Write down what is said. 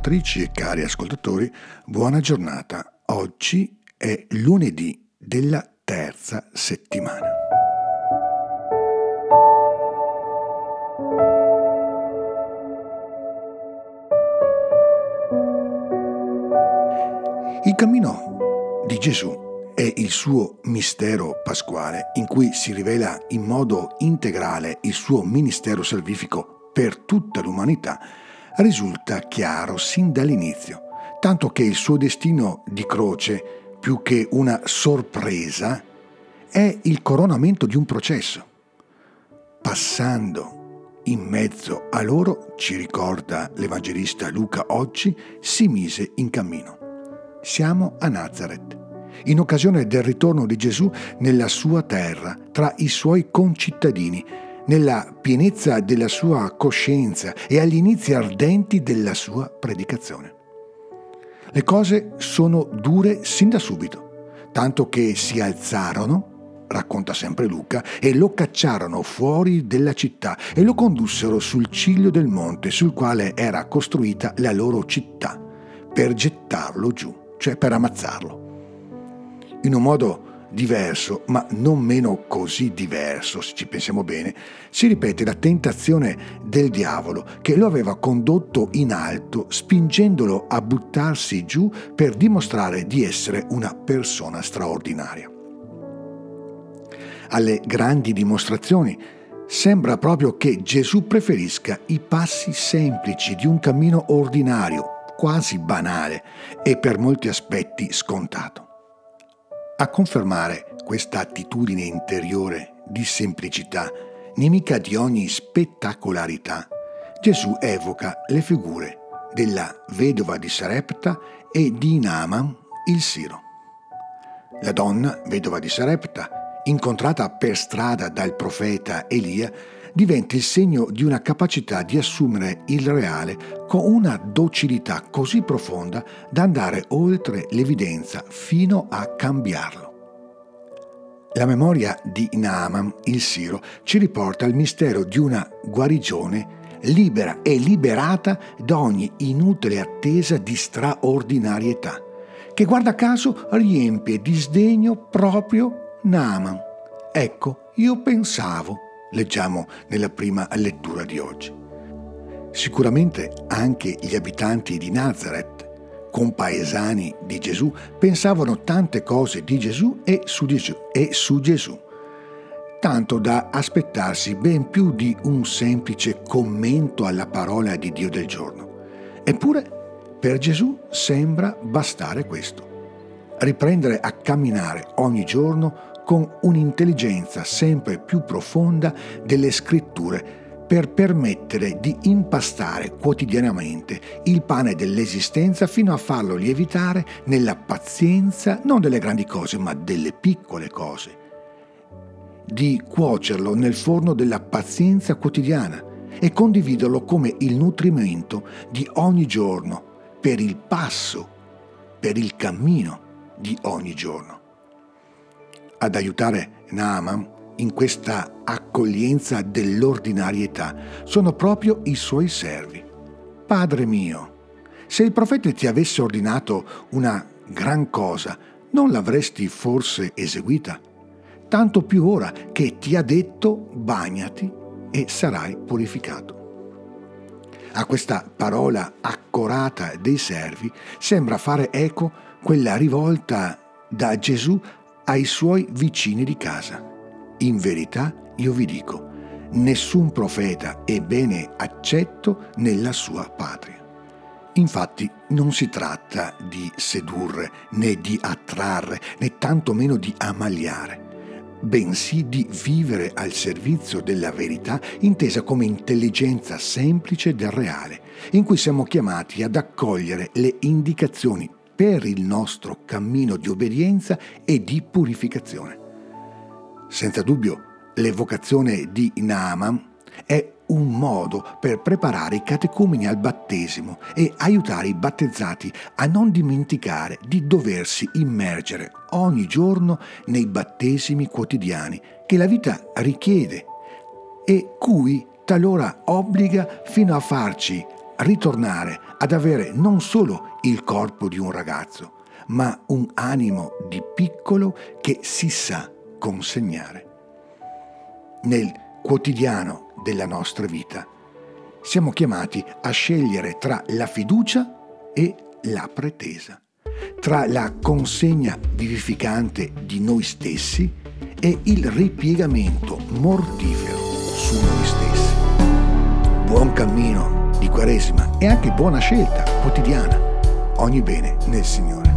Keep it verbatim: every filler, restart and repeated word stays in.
ascoltatrici e cari ascoltatori, buona giornata. Oggi è lunedì della terza settimana. Il cammino di Gesù e il suo mistero pasquale, in cui si rivela in modo integrale il suo ministero salvifico per tutta l'umanità, risulta chiaro sin dall'inizio, tanto che il suo destino di croce, più che una sorpresa, è il coronamento di un processo. Passando in mezzo a loro, ci ricorda l'Evangelista Luca oggi, si mise in cammino. Siamo a Nazaret, in occasione del ritorno di Gesù nella sua terra, tra i suoi concittadini, nella pienezza della sua coscienza e agli inizi ardenti della sua predicazione. Le cose sono dure sin da subito, tanto che si alzarono, racconta sempre Luca, e lo cacciarono fuori della città e lo condussero sul ciglio del monte sul quale era costruita la loro città, per gettarlo giù, cioè per ammazzarlo. In un modo diverso, ma non meno così diverso, se ci pensiamo bene, si ripete la tentazione del diavolo che lo aveva condotto in alto, spingendolo a buttarsi giù per dimostrare di essere una persona straordinaria. Alle grandi dimostrazioni sembra proprio che Gesù preferisca i passi semplici di un cammino ordinario, quasi banale e per molti aspetti scontato. A confermare questa attitudine interiore di semplicità, nemica di ogni spettacolarità, Gesù evoca le figure della vedova di Sarepta e di Naaman il Siro. La donna, vedova di Sarepta, incontrata per strada dal profeta Elia, diventa il segno di una capacità di assumere il reale con una docilità così profonda da andare oltre l'evidenza fino a cambiarlo. La memoria di Naaman, il Siro, ci riporta al mistero di una guarigione libera e liberata da ogni inutile attesa di straordinarietà, che guarda caso riempie di sdegno proprio Naaman. Ecco, io pensavo, leggiamo nella prima lettura di oggi. Sicuramente anche gli abitanti di Nazaret, compaesani di Gesù, pensavano tante cose di Gesù e su Gesù, e su Gesù, tanto da aspettarsi ben più di un semplice commento alla parola di Dio del giorno. Eppure per Gesù sembra bastare questo: riprendere a camminare ogni giorno con un'intelligenza sempre più profonda delle scritture per permettere di impastare quotidianamente il pane dell'esistenza fino a farlo lievitare nella pazienza non delle grandi cose ma delle piccole cose, di cuocerlo nel forno della pazienza quotidiana e condividerlo come il nutrimento di ogni giorno per il passo, per il cammino di ogni giorno. Ad aiutare Naaman in questa accoglienza dell'ordinarietà sono proprio i suoi servi. Padre mio, se il profeta ti avesse ordinato una gran cosa, non l'avresti forse eseguita? Tanto più ora che ti ha detto bagnati e sarai purificato. A questa parola accorata dei servi sembra fare eco quella rivolta da Gesù ai suoi vicini di casa. In verità io vi dico, nessun profeta è bene accetto nella sua patria. Infatti non si tratta di sedurre, né di attrarre, né tantomeno di ammaliare, bensì di vivere al servizio della verità intesa come intelligenza semplice del reale, in cui siamo chiamati ad accogliere le indicazioni per il nostro cammino di obbedienza e di purificazione. Senza dubbio, l'evocazione di Naaman è un modo per preparare i catecumeni al battesimo e aiutare i battezzati a non dimenticare di doversi immergere ogni giorno nei battesimi quotidiani che la vita richiede e cui talora obbliga fino a farci ritornare ad avere non solo il corpo di un ragazzo, ma un animo di piccolo che si sa consegnare. Nel quotidiano della nostra vita siamo chiamati a scegliere tra la fiducia e la pretesa, tra la consegna vivificante di noi stessi e il ripiegamento mortifero su noi stessi. Buon cammino di Quaresima e anche buona scelta quotidiana. Ogni bene nel Signore.